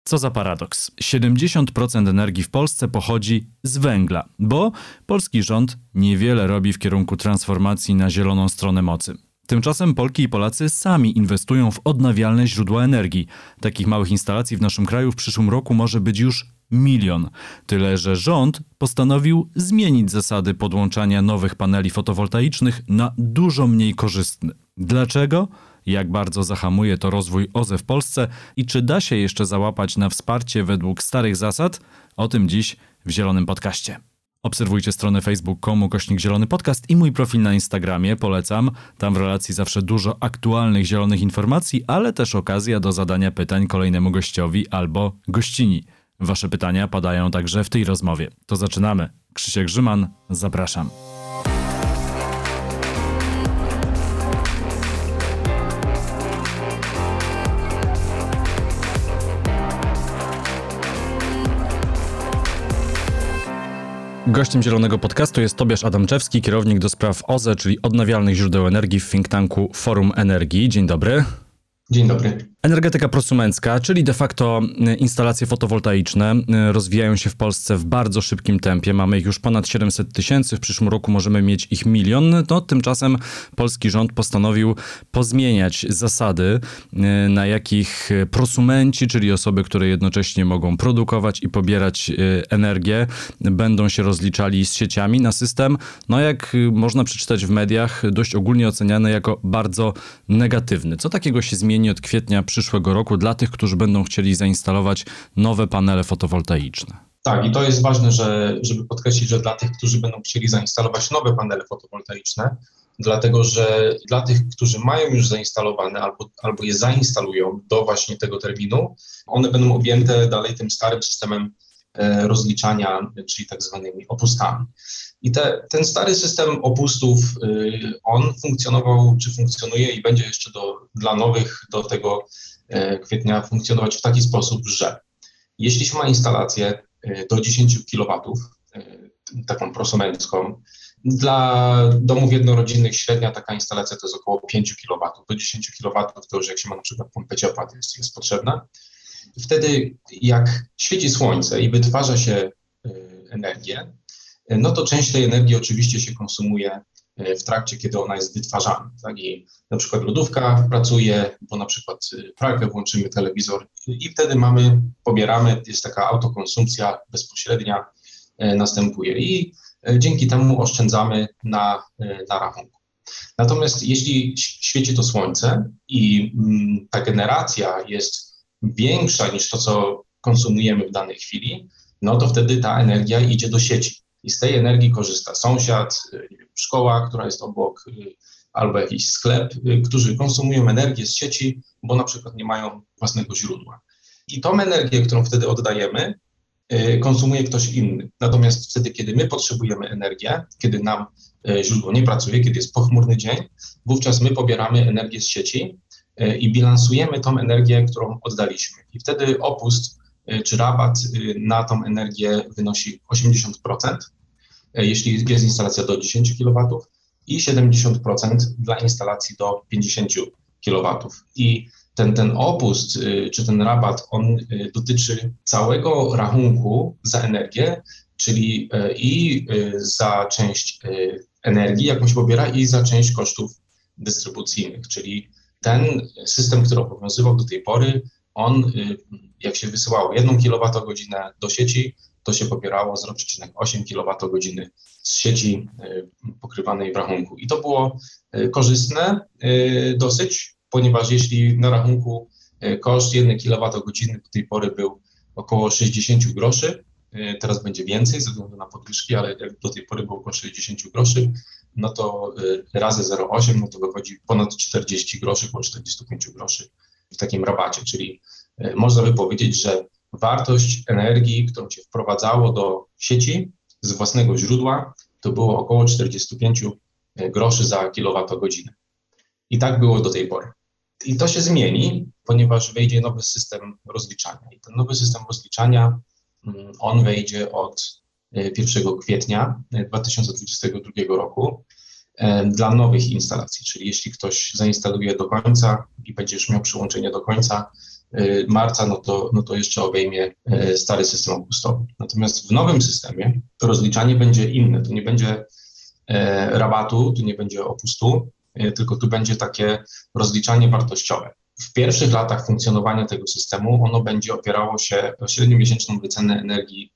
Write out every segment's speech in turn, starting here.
Co za paradoks. 70% energii w Polsce pochodzi z węgla, bo polski rząd niewiele robi w kierunku transformacji na zieloną stronę mocy. Tymczasem Polki i Polacy sami inwestują w odnawialne źródła energii. Takich małych instalacji w naszym kraju w przyszłym roku może być już 1 milion. Tyle, że rząd postanowił zmienić zasady podłączania nowych paneli fotowoltaicznych na dużo mniej korzystne. Dlaczego? Jak bardzo zahamuje to rozwój OZE w Polsce i czy da się jeszcze załapać na wsparcie według starych zasad? O tym dziś w Zielonym Podcaście. Obserwujcie stronę facebook.com/Zielony Podcast i mój profil na Instagramie, polecam. Tam w relacji zawsze dużo aktualnych zielonych informacji, ale też okazja do zadania pytań kolejnemu gościowi albo gościni. Wasze pytania padają także w tej rozmowie. To zaczynamy. Krzysiek Grzyman, zapraszam. Gościem Zielonego Podcastu jest Tobiasz Adamczewski, kierownik do spraw OZE, czyli odnawialnych źródeł energii w think tanku Forum Energii. Dzień dobry. Dzień dobry. Energetyka prosumencka, czyli de facto instalacje fotowoltaiczne, rozwijają się w Polsce w bardzo szybkim tempie. Mamy ich już ponad 700 tysięcy, w przyszłym roku możemy mieć ich 1 milion. No, tymczasem polski rząd postanowił pozmieniać zasady, na jakich prosumenci, czyli osoby, które jednocześnie mogą produkować i pobierać energię, będą się rozliczali z sieciami na system, no jak można przeczytać w mediach, dość ogólnie oceniany jako bardzo negatywny. Co takiego się zmieni od kwietnia przyszłego roku dla tych, którzy będą chcieli zainstalować nowe panele fotowoltaiczne? Tak, i to jest ważne, żeby podkreślić, że dla tych, którzy będą chcieli zainstalować nowe panele fotowoltaiczne, dlatego że dla tych, którzy mają już zainstalowane albo je zainstalują do właśnie tego terminu, one będą objęte dalej tym starym systemem rozliczania, czyli tak zwanymi opustami. I ten stary system opustów, on funkcjonował, czy funkcjonuje i będzie jeszcze dla nowych do tego kwietnia funkcjonować w taki sposób, że jeśli się ma instalację do 10 kW, taką prosumencką, dla domów jednorodzinnych średnia taka instalacja to jest około 5 kW. Do 10 kW to już jak się ma na przykład pompę ciepła, to jest potrzebna. Wtedy jak świeci słońce i wytwarza się energię, no to część tej energii oczywiście się konsumuje w trakcie, kiedy ona jest wytwarzana. Tak? I na przykład lodówka pracuje, bo na przykład pralkę włączymy, telewizor i wtedy pobieramy, jest taka autokonsumpcja bezpośrednia następuje i dzięki temu oszczędzamy na rachunku. Natomiast jeśli świeci to słońce i ta generacja jest większa niż to, co konsumujemy w danej chwili, no to wtedy ta energia idzie do sieci. I z tej energii korzysta sąsiad, szkoła, która jest obok, albo jakiś sklep, którzy konsumują energię z sieci, bo na przykład nie mają własnego źródła. I tą energię, którą wtedy oddajemy, konsumuje ktoś inny. Natomiast wtedy, kiedy my potrzebujemy energię, kiedy nam źródło nie pracuje, kiedy jest pochmurny dzień, wówczas my pobieramy energię z sieci i bilansujemy tą energię, którą oddaliśmy. I wtedy opust czy rabat na tą energię wynosi 80%, jeśli jest instalacja do 10 kW i 70% dla instalacji do 50 kW. I ten opust czy ten rabat, on dotyczy całego rachunku za energię, czyli i za część energii, jaką się pobiera, i za część kosztów dystrybucyjnych, czyli ten system, który obowiązywał do tej pory, on, jak się wysyłało 1 kWh do sieci, to się pobierało 0,8 kWh z sieci pokrywanej w rachunku. I to było korzystne dosyć, ponieważ jeśli na rachunku koszt 1 kWh do tej pory był około 60 groszy, teraz będzie więcej ze względu na podwyżki, ale jak do tej pory było około 60 groszy, no to razy 0,8, no to wychodzi ponad 40 groszy, około 45 groszy w takim rabacie, czyli można by powiedzieć, że wartość energii, którą się wprowadzało do sieci z własnego źródła, to było około 45 groszy za kilowatogodzinę. I tak było do tej pory. I to się zmieni, ponieważ wejdzie nowy system rozliczania. I ten nowy system rozliczania, on wejdzie od 1 kwietnia 2022 roku dla nowych instalacji, czyli jeśli ktoś zainstaluje do końca i będzie już miał przyłączenie do końca, marca, no to jeszcze obejmie stary system opustowy. Natomiast w nowym systemie to rozliczanie będzie inne. To nie będzie rabatu, tu nie będzie opustu, tylko tu będzie takie rozliczanie wartościowe. W pierwszych latach funkcjonowania tego systemu ono będzie opierało się o średniomiesięczną wycenę energii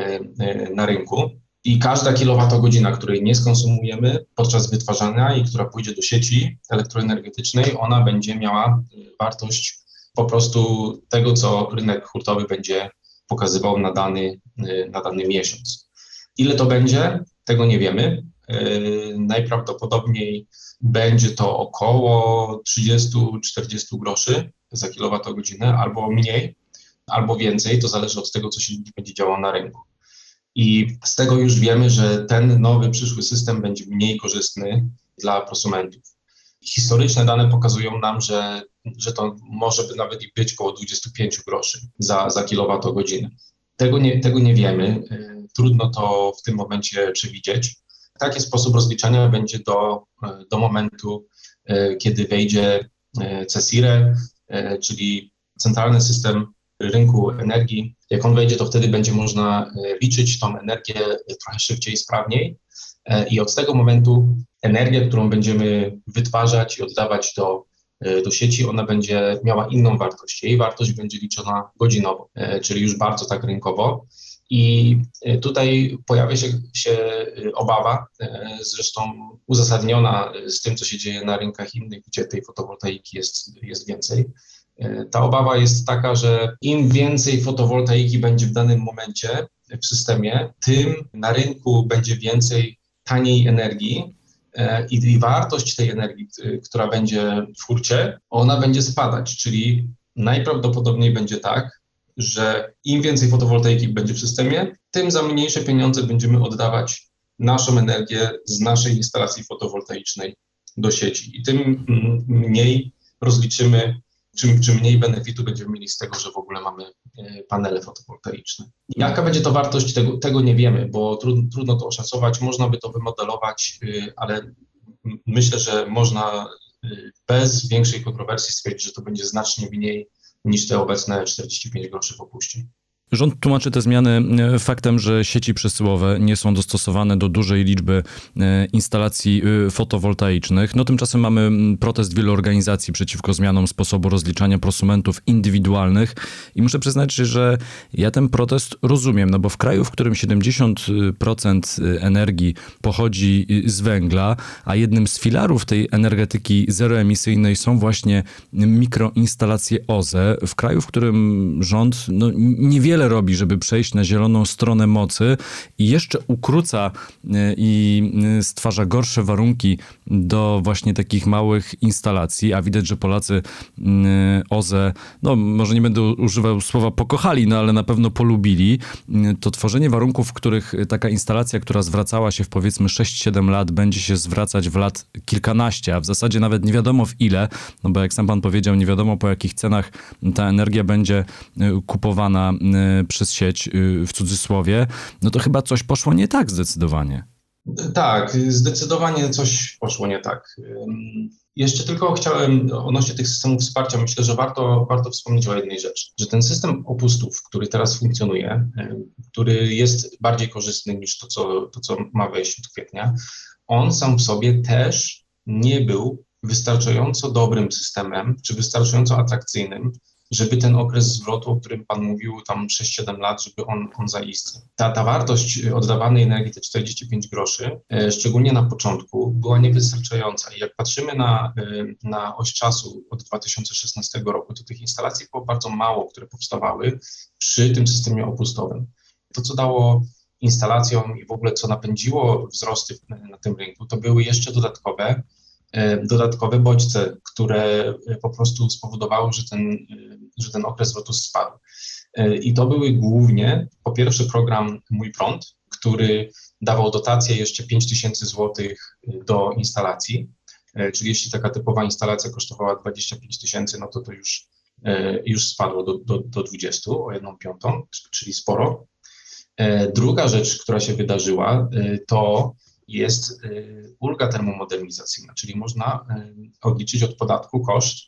na rynku i każda kilowatogodzina, której nie skonsumujemy podczas wytwarzania i która pójdzie do sieci elektroenergetycznej, ona będzie miała wartość po prostu tego, co rynek hurtowy będzie pokazywał na dany miesiąc. Ile to będzie? Tego nie wiemy. Najprawdopodobniej będzie to około 30-40 groszy za kilowatogodzinę, albo mniej, albo więcej. To zależy od tego, co się będzie działo na rynku. I z tego już wiemy, że ten nowy, przyszły system będzie mniej korzystny dla prosumentów. Historyczne dane pokazują nam, że to może by nawet i być około 25 groszy za kilowatogodzinę. Tego nie wiemy. Trudno to w tym momencie przewidzieć. Taki sposób rozliczania będzie do momentu, kiedy wejdzie CESIRE, czyli Centralny System Rynku Energii. Jak on wejdzie, to wtedy będzie można liczyć tą energię trochę szybciej i sprawniej i od tego momentu energia, którą będziemy wytwarzać i oddawać do sieci, ona będzie miała inną wartość. Jej wartość będzie liczona godzinowo, czyli już bardzo tak rynkowo. I tutaj pojawia się obawa, zresztą uzasadniona z tym, co się dzieje na rynkach innych, gdzie tej fotowoltaiki jest więcej. Ta obawa jest taka, że im więcej fotowoltaiki będzie w danym momencie w systemie, tym na rynku będzie więcej taniej energii i wartość tej energii, która będzie w hurcie, ona będzie spadać, czyli najprawdopodobniej będzie tak, że im więcej fotowoltaiki będzie w systemie, tym za mniejsze pieniądze będziemy oddawać naszą energię z naszej instalacji fotowoltaicznej do sieci i tym mniej rozliczymy, czym mniej benefitu będziemy mieli z tego, że w ogóle mamy panele fotowoltaiczne. Jaka będzie to wartość, tego nie wiemy, bo trudno to oszacować, można by to wymodelować, ale myślę, że można bez większej kontrowersji stwierdzić, że to będzie znacznie mniej niż te obecne 45 groszy w opuście. Rząd tłumaczy te zmiany faktem, że sieci przesyłowe nie są dostosowane do dużej liczby instalacji fotowoltaicznych. No tymczasem mamy protest wielu organizacji przeciwko zmianom sposobu rozliczania prosumentów indywidualnych i muszę przyznać, że ja ten protest rozumiem, no bo w kraju, w którym 70% energii pochodzi z węgla, a jednym z filarów tej energetyki zeroemisyjnej są właśnie mikroinstalacje OZE, w kraju, w którym rząd niewiele robi, żeby przejść na zieloną stronę mocy i jeszcze ukróca i stwarza gorsze warunki do właśnie takich małych instalacji, a widać, że Polacy OZE, no może nie będę używał słowa pokochali, no ale na pewno polubili, to tworzenie warunków, w których taka instalacja, która zwracała się w powiedzmy 6-7 lat, będzie się zwracać w lat kilkanaście, a w zasadzie nawet nie wiadomo w ile, no bo jak sam pan powiedział, nie wiadomo po jakich cenach ta energia będzie kupowana przez sieć, w cudzysłowie, no to chyba coś poszło nie tak zdecydowanie. Tak, zdecydowanie coś poszło nie tak. Jeszcze tylko chciałem odnośnie tych systemów wsparcia, myślę, że warto wspomnieć o jednej rzeczy, że ten system opustów, który teraz funkcjonuje, który jest bardziej korzystny niż to, co ma wejść od kwietnia, on sam w sobie też nie był wystarczająco dobrym systemem, czy wystarczająco atrakcyjnym, żeby ten okres zwrotu, o którym pan mówił, tam 6-7 lat, żeby on zaistniał. Ta wartość oddawanej energii, te 45 groszy, szczególnie na początku, była niewystarczająca. I jak patrzymy na oś czasu od 2016 roku, to tych instalacji było bardzo mało, które powstawały przy tym systemie opustowym. To, co dało instalacjom i w ogóle co napędziło wzrosty na tym rynku, to były jeszcze dodatkowe bodźce, które po prostu spowodowały, że ten okres zwrotu spadł. I to były głównie, po pierwsze, program Mój Prąd, który dawał dotację jeszcze 5000 zł do instalacji, czyli jeśli taka typowa instalacja kosztowała 25 000, no to już spadło do 20, o 1/5, czyli sporo. Druga rzecz, która się wydarzyła, to jest ulga termomodernizacyjna, czyli można odliczyć od podatku koszt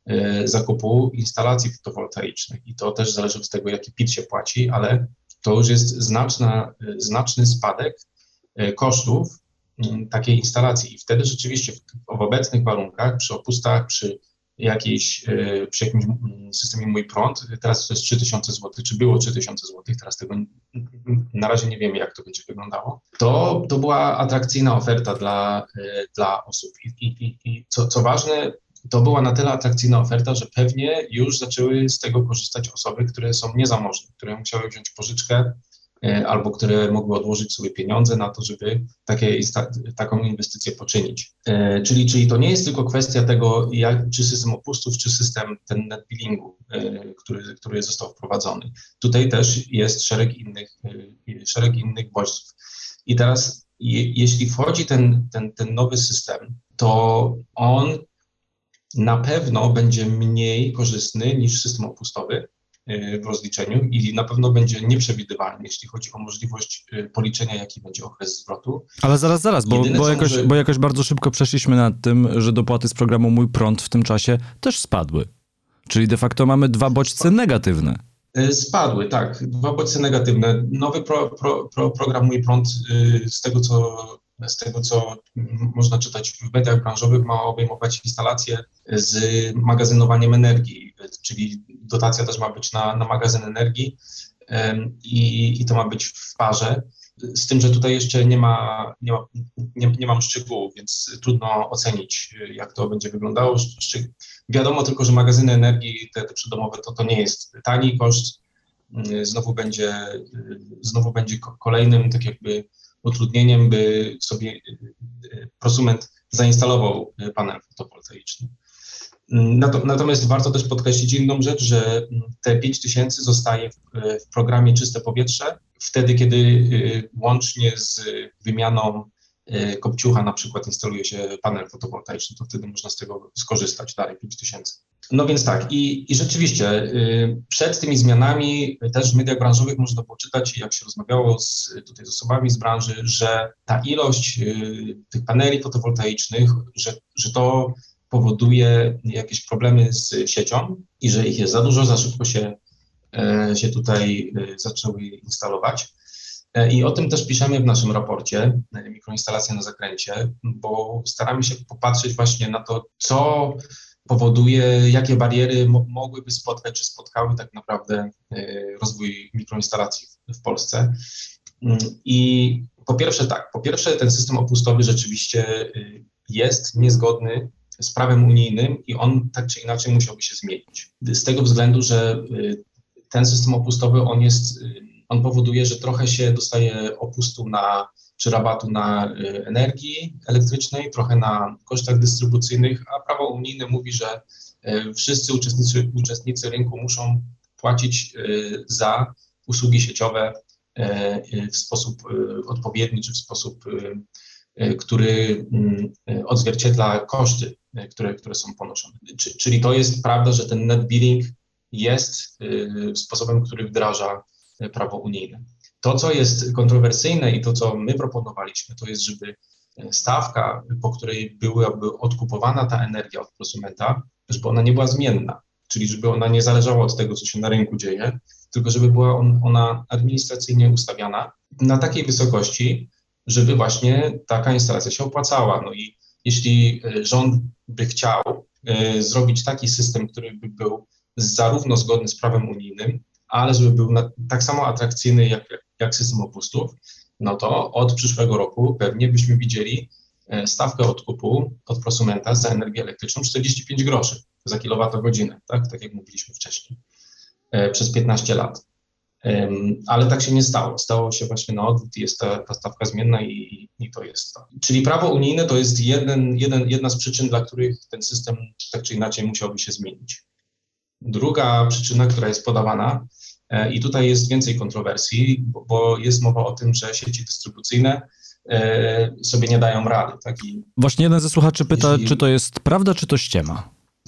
zakupu instalacji fotowoltaicznych i to też zależy od tego, jaki PIT się płaci, ale to już jest znaczny spadek kosztów takiej instalacji i wtedy rzeczywiście w obecnych warunkach, przy opustach, przy jakimś systemie Mój Prąd, teraz to jest 3000 zł, czy było 3000 zł, teraz tego na razie nie wiemy, jak to będzie wyglądało, to była atrakcyjna oferta dla osób i co ważne, to była na tyle atrakcyjna oferta, że pewnie już zaczęły z tego korzystać osoby, które są niezamożne, które musiały wziąć pożyczkę albo które mogły odłożyć sobie pieniądze na to, żeby taką inwestycję poczynić. Czyli to nie jest tylko kwestia tego, czy system opustów, czy system ten net billingu, który został wprowadzony. Tutaj też jest szereg innych bodźców. I teraz, jeśli wchodzi ten nowy system, to on na pewno będzie mniej korzystny niż system opustowy w rozliczeniu i na pewno będzie nieprzewidywalny, jeśli chodzi o możliwość policzenia, jaki będzie okres zwrotu. Ale zaraz, bo jakoś bardzo szybko przeszliśmy nad tym, że dopłaty z programu Mój Prąd w tym czasie też spadły. Czyli de facto mamy dwa bodźce negatywne. Spadły, tak. Dwa bodźce negatywne. Nowy program Mój Prąd, z tego, co można czytać w mediach branżowych, ma obejmować instalacje z magazynowaniem energii, czyli dotacja też ma być na magazyn energii i to ma być w parze. Z tym, że tutaj jeszcze nie mam szczegółów, więc trudno ocenić, jak to będzie wyglądało. Wiadomo tylko, że magazyny energii, te przydomowe, to nie jest tani koszt. Znowu będzie kolejnym tak jakby utrudnieniem, by sobie prosument zainstalował panel fotowoltaiczny. Natomiast warto też podkreślić inną rzecz, że te 5000 zostaje w programie Czyste Powietrze, wtedy kiedy łącznie z wymianą kopciucha na przykład instaluje się panel fotowoltaiczny, to wtedy można z tego skorzystać, dalej 5000. No więc tak, i rzeczywiście przed tymi zmianami też w mediach branżowych można poczytać, jak się rozmawiało z osobami z branży, że ta ilość tych paneli fotowoltaicznych, że to powoduje jakieś problemy z siecią i że ich jest za dużo, za szybko się tutaj zaczęły instalować. I o tym też piszemy w naszym raporcie Mikroinstalacja na zakręcie, bo staramy się popatrzeć właśnie na to, co powoduje, jakie bariery mogłyby spotkać, czy spotkały tak naprawdę rozwój mikroinstalacji w Polsce. I po pierwsze ten system opustowy rzeczywiście jest niezgodny z prawem unijnym i on tak czy inaczej musiałby się zmienić. Z tego względu, że ten system opustowy, on powoduje, że trochę się dostaje opustu czy rabatu na energii elektrycznej, trochę na kosztach dystrybucyjnych, a prawo unijne mówi, że wszyscy uczestnicy rynku muszą płacić za usługi sieciowe w sposób odpowiedni, czy w sposób, który odzwierciedla koszty, które są ponoszone. Czyli to jest prawda, że ten net billing jest sposobem, który wdraża prawo unijne. To, co jest kontrowersyjne i to, co my proponowaliśmy, to jest, żeby stawka, po której byłaby odkupowana ta energia od prosumenta, żeby ona nie była zmienna, czyli żeby ona nie zależała od tego, co się na rynku dzieje, tylko żeby była ona administracyjnie ustawiana na takiej wysokości, żeby właśnie taka instalacja się opłacała. No i jeśli rząd by chciał zrobić taki system, który by był zarówno zgodny z prawem unijnym, ale żeby był tak samo atrakcyjny jak system opustów, no to od przyszłego roku pewnie byśmy widzieli stawkę odkupu od prosumenta za energię elektryczną 45 groszy za kilowatogodzinę, tak jak mówiliśmy wcześniej, przez 15 lat. Ale tak się nie stało. Stało się właśnie na odwrót i jest ta stawka zmienna i to jest to. Czyli prawo unijne to jest jedna z przyczyn, dla których ten system tak czy inaczej musiałby się zmienić. Druga przyczyna, która jest podawana, i tutaj jest więcej kontrowersji, bo jest mowa o tym, że sieci dystrybucyjne sobie nie dają rady. Tak? Właśnie jeden ze słuchaczy pyta, czy to jest prawda, czy to ściema?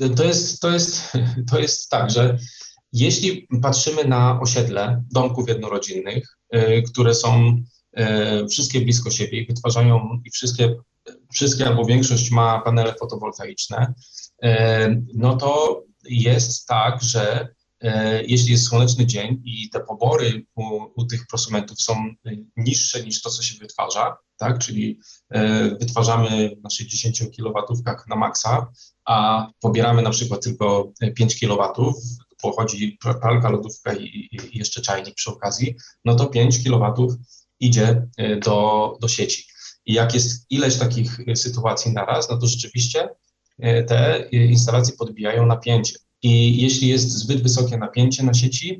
To jest tak, że jeśli patrzymy na osiedle domków jednorodzinnych, które są wszystkie blisko siebie i wytwarzają i wszystkie albo większość ma panele fotowoltaiczne, no to jest tak, że jeśli jest słoneczny dzień i te pobory u tych prosumentów są niższe niż to, co się wytwarza, tak, czyli wytwarzamy na 60 kW na maksa, a pobieramy na przykład tylko 5 kW, pochodzi pralka, lodówka i jeszcze czajnik przy okazji, no to 5 kW idzie do sieci. I jak jest ileś takich sytuacji naraz, no to rzeczywiście te instalacje podbijają napięcie. I jeśli jest zbyt wysokie napięcie na sieci,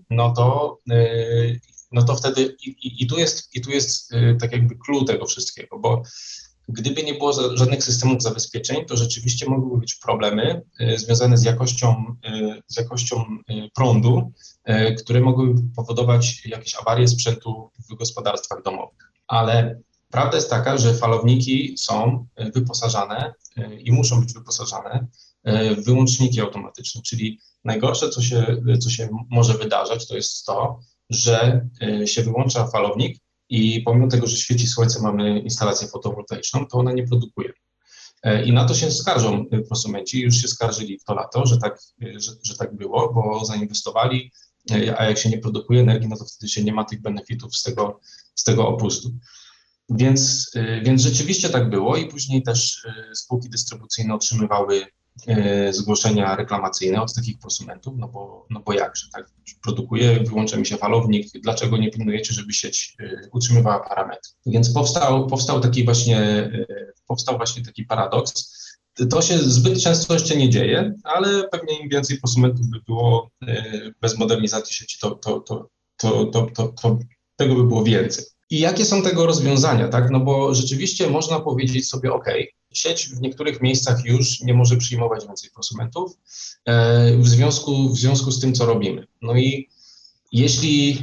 no to wtedy i tu jest tak jakby clue tego wszystkiego, bo gdyby nie było żadnych systemów zabezpieczeń, to rzeczywiście mogłyby być problemy związane z jakością prądu, które mogłyby powodować jakieś awarie sprzętu w gospodarstwach domowych. Ale prawda jest taka, że falowniki są wyposażane i muszą być wyposażane w wyłączniki automatyczne, czyli najgorsze, co się może wydarzać, to jest to, że się wyłącza falownik i pomimo tego, że świeci słońce, mamy instalację fotowoltaiczną, to ona nie produkuje. I na to się skarżą prosumenci, już się skarżyli w to lato, że tak było, bo zainwestowali, a jak się nie produkuje energii, no to wtedy się nie ma tych benefitów z tego opustu. Więc rzeczywiście tak było i później też spółki dystrybucyjne otrzymywały zgłoszenia reklamacyjne od takich prosumentów, no bo jakże, tak, produkuje, wyłącza mi się falownik, dlaczego nie pilnujecie, żeby sieć utrzymywała parametry. Więc powstał właśnie taki paradoks. To się zbyt często jeszcze nie dzieje, ale pewnie im więcej prosumentów by było bez modernizacji sieci, to tego by było więcej. I jakie są tego rozwiązania, tak? No bo rzeczywiście można powiedzieć sobie, sieć w niektórych miejscach już nie może przyjmować więcej prosumentów w związku z tym, co robimy. No i jeśli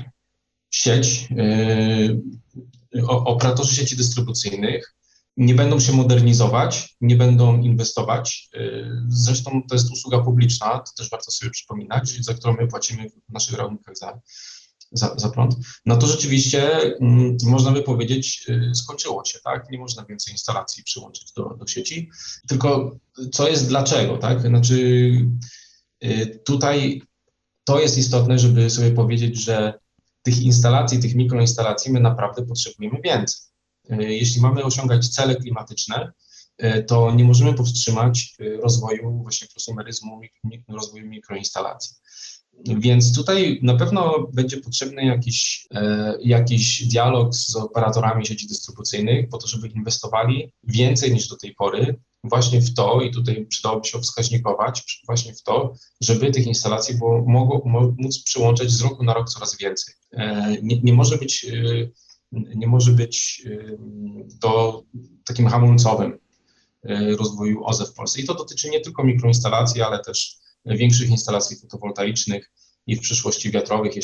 operatorzy sieci dystrybucyjnych nie będą się modernizować, nie będą inwestować, zresztą to jest usługa publiczna, to też warto sobie przypominać, za którą my płacimy w naszych rachunkach za prąd, no to rzeczywiście można by powiedzieć, skończyło się, tak? Nie można więcej instalacji przyłączyć do sieci, tylko co jest dlaczego, tak? Znaczy tutaj to jest istotne, żeby sobie powiedzieć, że tych mikroinstalacji my naprawdę potrzebujemy więcej. Jeśli mamy osiągać cele klimatyczne, to nie możemy powstrzymać rozwoju właśnie prosumeryzmu, rozwoju mikroinstalacji. Więc tutaj na pewno będzie potrzebny jakiś dialog z operatorami sieci dystrybucyjnych po to, żeby inwestowali więcej niż do tej pory właśnie w to, i tutaj przydałoby się wskaźnikować, właśnie w to, żeby tych instalacji móc przyłączać z roku na rok coraz więcej. Nie może być to takim hamulcowym rozwoju OZE w Polsce. I to dotyczy nie tylko mikroinstalacji, ale też większych instalacji fotowoltaicznych i w przyszłości wiatrowych,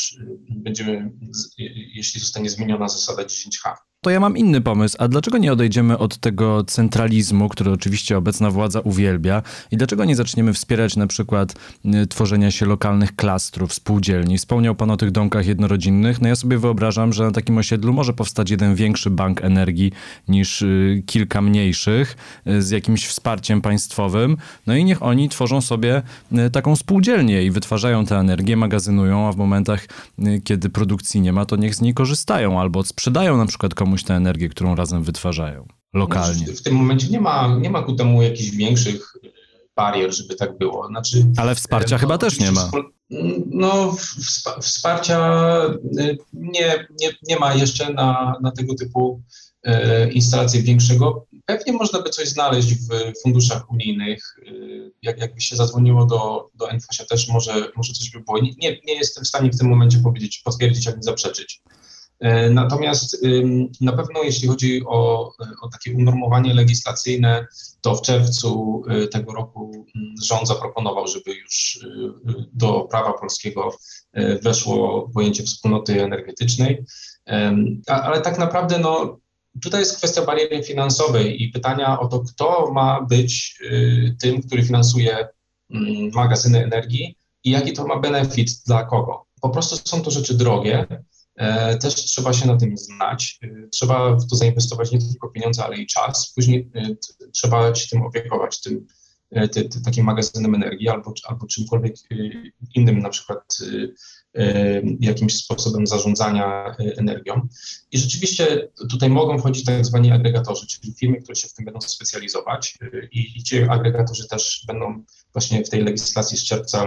jeśli zostanie zmieniona zasada 10H. To ja mam inny pomysł. A dlaczego nie odejdziemy od tego centralizmu, który oczywiście obecna władza uwielbia, i dlaczego nie zaczniemy wspierać na przykład tworzenia się lokalnych klastrów, spółdzielni? Wspomniał pan o tych domkach jednorodzinnych. No ja sobie wyobrażam, że na takim osiedlu może powstać jeden większy bank energii niż kilka mniejszych z jakimś wsparciem państwowym. No i niech oni tworzą sobie taką spółdzielnię i wytwarzają tę energię, magazynują, a w momentach, kiedy produkcji nie ma, to niech z niej korzystają albo sprzedają na przykład komuś tę energię, którą razem wytwarzają lokalnie. W tym momencie nie ma ku temu jakichś większych barier, żeby tak było. Ale wsparcia chyba też nie ma. No, wsparcia nie ma jeszcze na tego typu instalacje większego. Pewnie można by coś znaleźć w funduszach unijnych. Jakby się zadzwoniło do NFOŚ-a też może coś by było. Nie jestem w stanie w tym momencie potwierdzić ani zaprzeczyć. Natomiast na pewno jeśli chodzi o takie unormowanie legislacyjne, to w czerwcu tego roku rząd zaproponował, żeby już do prawa polskiego weszło pojęcie wspólnoty energetycznej, ale tak naprawdę tutaj jest kwestia bariery finansowej i pytania o to, kto ma być tym, który finansuje magazyny energii i jaki to ma benefit dla kogo. Po prostu są to rzeczy drogie. Też trzeba się na tym znać, trzeba w to zainwestować nie tylko pieniądze, ale i czas. Później trzeba się tym opiekować, takim magazynem energii albo czymkolwiek innym, na przykład jakimś sposobem zarządzania energią. I rzeczywiście tutaj mogą wchodzić tak zwani agregatorzy, czyli firmy, które się w tym będą specjalizować i ci agregatorzy też będą właśnie w tej legislacji z czerwca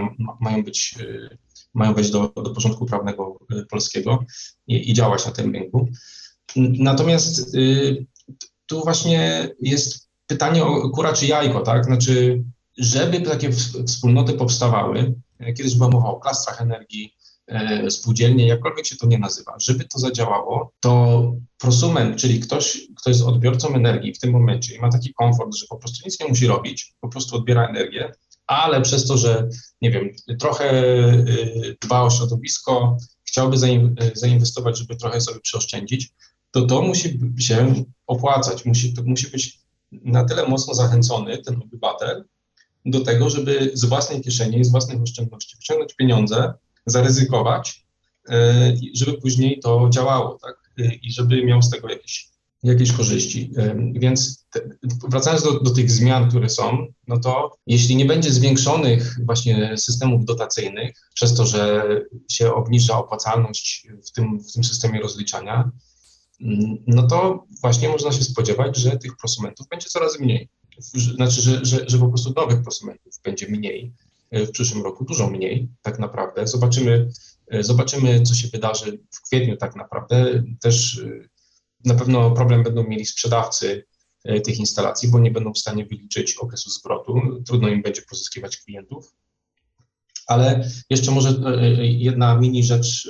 mają wejść do porządku prawnego polskiego i działać na tym rynku. Natomiast tu właśnie jest pytanie o kura czy jajko, tak? Znaczy, żeby takie wspólnoty powstawały, kiedyś była mowa o klastrach energii, spółdzielnie, jakkolwiek się to nie nazywa, żeby to zadziałało, to prosument, czyli ktoś, kto jest odbiorcą energii w tym momencie i ma taki komfort, że po prostu nic nie musi robić, po prostu odbiera energię, ale przez to, że, nie wiem, trochę dba o środowisko, chciałby zainwestować, żeby trochę sobie przeoszczędzić, to musi się opłacać, musi być na tyle mocno zachęcony ten obywatel do tego, żeby z własnej kieszeni, z własnych oszczędności wyciągnąć pieniądze, zaryzykować, żeby później to działało, tak? I żeby miał z tego jakieś korzyści. Więc wracając do tych zmian, które są, no to jeśli nie będzie zwiększonych właśnie systemów dotacyjnych, przez to, że się obniża opłacalność w tym systemie rozliczania, no to właśnie można się spodziewać, że tych prosumentów będzie coraz mniej. Znaczy, że po prostu nowych prosumentów będzie mniej. W przyszłym roku dużo mniej tak naprawdę. Zobaczymy, co się wydarzy w kwietniu tak naprawdę. Też na pewno problem będą mieli sprzedawcy tych instalacji, bo nie będą w stanie wyliczyć okresu zwrotu. Trudno im będzie pozyskiwać klientów. Ale jeszcze może jedna mini rzecz,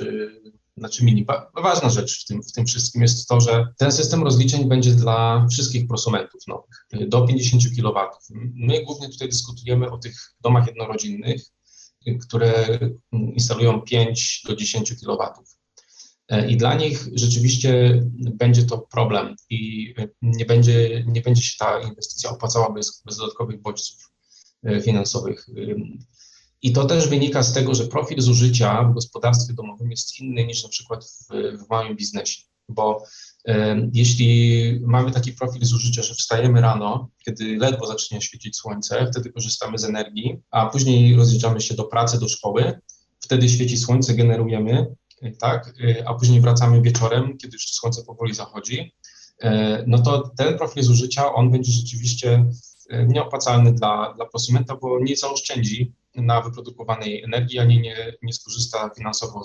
ważna rzecz w tym wszystkim jest to, że ten system rozliczeń będzie dla wszystkich prosumentów nowych, do 50 kW. My głównie tutaj dyskutujemy o tych domach jednorodzinnych, które instalują 5 do 10 kW. I dla nich rzeczywiście będzie to problem i nie będzie się ta inwestycja opłacała bez dodatkowych bodźców finansowych. I to też wynika z tego, że profil zużycia w gospodarstwie domowym jest inny niż na przykład w małym biznesie, bo jeśli mamy taki profil zużycia, że wstajemy rano, kiedy ledwo zacznie świecić słońce, wtedy korzystamy z energii, a później rozjeżdżamy się do pracy, do szkoły, wtedy świeci słońce, generujemy, tak, a później wracamy wieczorem, kiedy już słońce powoli zachodzi, no to ten profil zużycia, on będzie rzeczywiście nieopłacalny dla prosumenta, bo nie zaoszczędzi na wyprodukowanej energii, ani nie skorzysta finansowo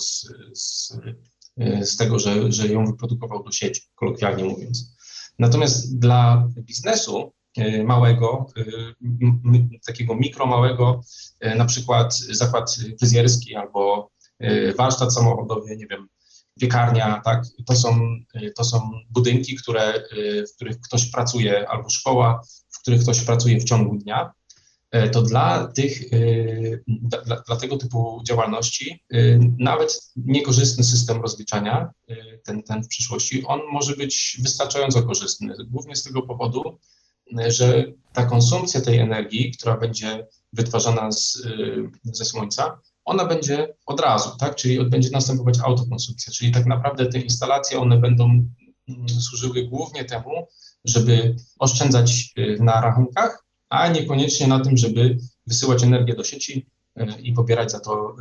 z tego, że ją wyprodukował do sieci, kolokwialnie mówiąc. Natomiast dla biznesu małego, takiego mikromałego, na przykład zakład fryzjerski albo warsztat samochodowy, nie wiem, piekarnia, tak, to są budynki, w których ktoś pracuje, albo szkoła, w których ktoś pracuje w ciągu dnia. To dla tego typu działalności nawet niekorzystny system rozliczania, ten w przyszłości, on może być wystarczająco korzystny, głównie z tego powodu, że ta konsumpcja tej energii, która będzie wytwarzana ze słońca, ona będzie od razu, tak, czyli będzie następować autokonsumpcja, czyli tak naprawdę te instalacje, one będą służyły głównie temu, żeby oszczędzać na rachunkach, a niekoniecznie na tym, żeby wysyłać energię do sieci i pobierać za to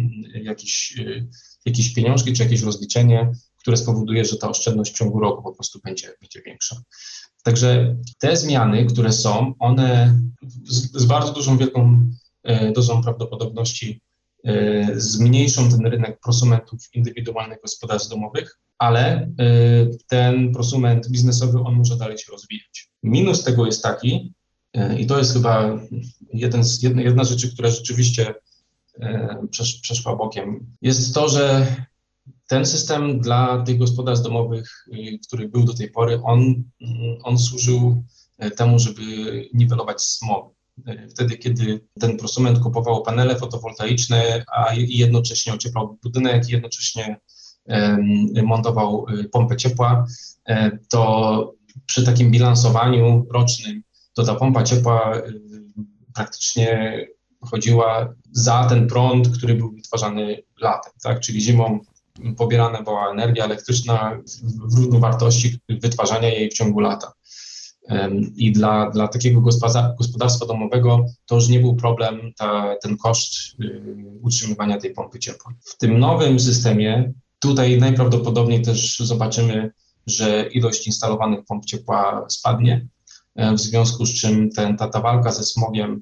jakieś pieniążki czy jakieś rozliczenie, które spowoduje, że ta oszczędność w ciągu roku po prostu będzie większa. Także te zmiany, które są, one z bardzo wielką dozą prawdopodobności zmniejszą ten rynek prosumentów indywidualnych gospodarstw domowych, ale ten prosument biznesowy, on może dalej się rozwijać. Minus tego jest taki, i to jest chyba jedna z rzeczy, która rzeczywiście przeszła bokiem, jest to, że ten system dla tych gospodarstw domowych, który był do tej pory, on służył temu, żeby niwelować smog. Wtedy, kiedy ten prosument kupował panele fotowoltaiczne, a jednocześnie ocieplał budynek, jednocześnie montował pompę ciepła, to przy takim bilansowaniu rocznym to ta pompa ciepła praktycznie chodziła za ten prąd, który był wytwarzany latem, tak? Czyli zimą pobierana była energia elektryczna w równowartości wytwarzania jej w ciągu lata. I dla takiego gospodarstwa domowego to już nie był problem ten koszt utrzymywania tej pompy ciepła. W tym nowym systemie tutaj najprawdopodobniej też zobaczymy, że ilość instalowanych pomp ciepła spadnie, w związku z czym ta walka ze smogiem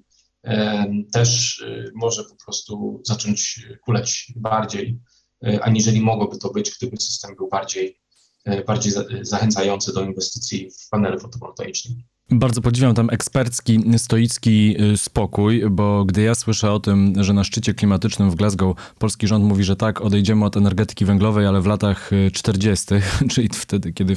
też może po prostu zacząć kuleć bardziej, aniżeli mogłoby to być, gdyby system był bardziej zachęcający do inwestycji w panele fotowoltaiczne. Bardzo podziwiam tam ekspercki, stoicki spokój, bo gdy ja słyszę o tym, że na szczycie klimatycznym w Glasgow polski rząd mówi, że tak, odejdziemy od energetyki węglowej, ale w latach 40., czyli wtedy, kiedy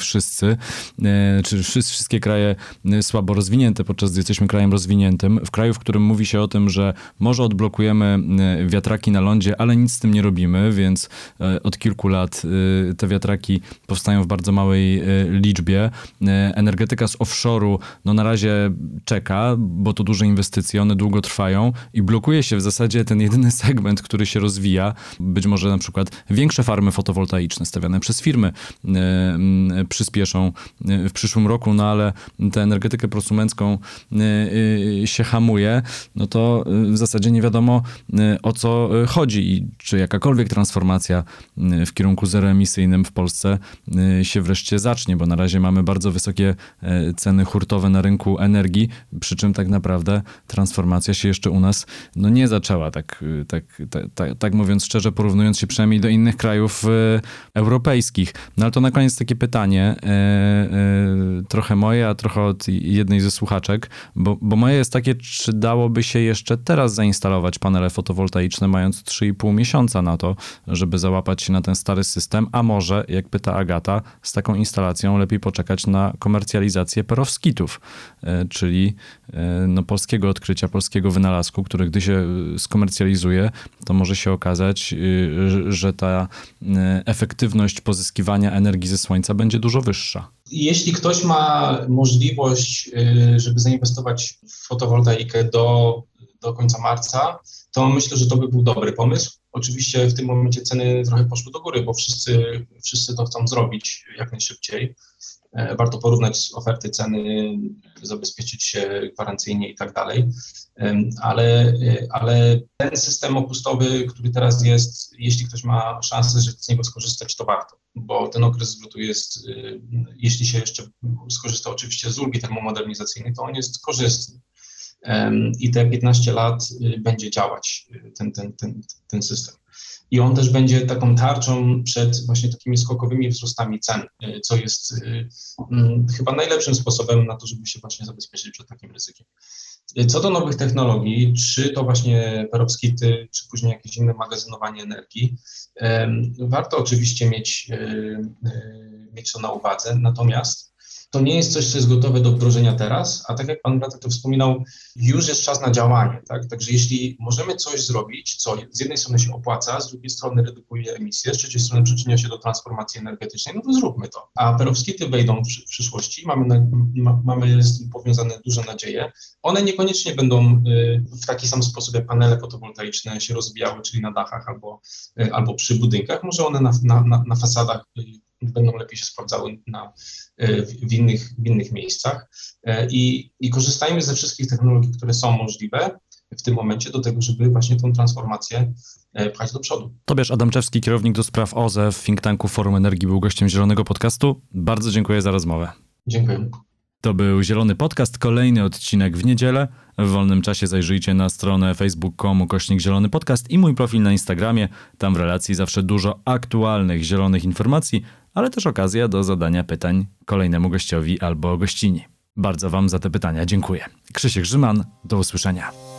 wszystkie kraje słabo rozwinięte, podczas gdy jesteśmy krajem rozwiniętym, w kraju, w którym mówi się o tym, że może odblokujemy wiatraki na lądzie, ale nic z tym nie robimy, więc od kilku lat te wiatraki powstają w bardzo małej liczbie. Energetyka z offshore'u na razie czeka, bo to duże inwestycje, one długo trwają i blokuje się w zasadzie ten jedyny segment, który się rozwija. Być może na przykład większe farmy fotowoltaiczne stawiane przez firmy przyspieszą w przyszłym roku, ale tę energetykę prosumencką się hamuje, to w zasadzie nie wiadomo, o co chodzi i czy jakakolwiek transformacja w kierunku zeroemisyjnym w Polsce się wreszcie zacznie, bo na razie mamy bardzo wysokie ceny hurtowe na rynku energii, przy czym tak naprawdę transformacja się jeszcze u nas nie zaczęła, tak mówiąc szczerze, porównując się przynajmniej do innych krajów europejskich. Ale to na koniec takie pytanie, trochę moje, a trochę od jednej ze słuchaczek, bo moje jest takie, czy dałoby się jeszcze teraz zainstalować panele fotowoltaiczne, mając 3,5 miesiąca na to, żeby załapać się na ten stary system, a może, jak pyta Agata, z taką instalacją lepiej poczekać na komercjalizację perowskitów, czyli polskiego odkrycia, polskiego wynalazku, który gdy się skomercjalizuje, to może się okazać, że ta efektywność pozyskiwania energii ze słońca będzie dużo wyższa. Jeśli ktoś ma możliwość, żeby zainwestować w fotowoltaikę do końca marca, to myślę, że to by był dobry pomysł. Oczywiście w tym momencie ceny trochę poszły do góry, bo wszyscy to chcą zrobić jak najszybciej. Warto porównać oferty, ceny, zabezpieczyć się gwarancyjnie i tak dalej, ale ten system opustowy, który teraz jest, jeśli ktoś ma szansę, że z niego skorzystać, to warto, bo ten okres zwrotu jest, jeśli się jeszcze skorzysta oczywiście z ulgi termomodernizacyjnej, to on jest korzystny i te 15 lat będzie działać ten system. I on też będzie taką tarczą przed właśnie takimi skokowymi wzrostami cen, co jest chyba najlepszym sposobem na to, żeby się właśnie zabezpieczyć przed takim ryzykiem. Co do nowych technologii, czy to właśnie perowskity, czy później jakieś inne magazynowanie energii, warto oczywiście mieć to na uwadze, natomiast to nie jest coś, co jest gotowe do wdrożenia teraz, a tak jak pan Bratek to wspominał, już jest czas na działanie, tak? Także jeśli możemy coś zrobić, co z jednej strony się opłaca, z drugiej strony redukuje emisje, z trzeciej strony przyczynia się do transformacji energetycznej, to zróbmy to. A perowskity wejdą w przyszłości, mamy z tym powiązane duże nadzieje. One niekoniecznie będą w taki sam sposób jak panele fotowoltaiczne się rozwijały, czyli na dachach albo przy budynkach. Może one na fasadach będą lepiej się sprawdzały w innych miejscach i korzystajmy ze wszystkich technologii, które są możliwe w tym momencie do tego, żeby właśnie tą transformację pchać do przodu. Tobiasz Adamczewski, kierownik do spraw OZE w think tanku Forum Energii, był gościem Zielonego Podcastu. Bardzo dziękuję za rozmowę. Dziękuję. To był Zielony Podcast, kolejny odcinek w niedzielę. W wolnym czasie zajrzyjcie na stronę facebook.com/Zielony Podcast i mój profil na Instagramie. Tam w relacji zawsze dużo aktualnych zielonych informacji, ale też okazja do zadania pytań kolejnemu gościowi albo gościni. Bardzo wam za te pytania dziękuję. Krzysiek Grzyman, do usłyszenia.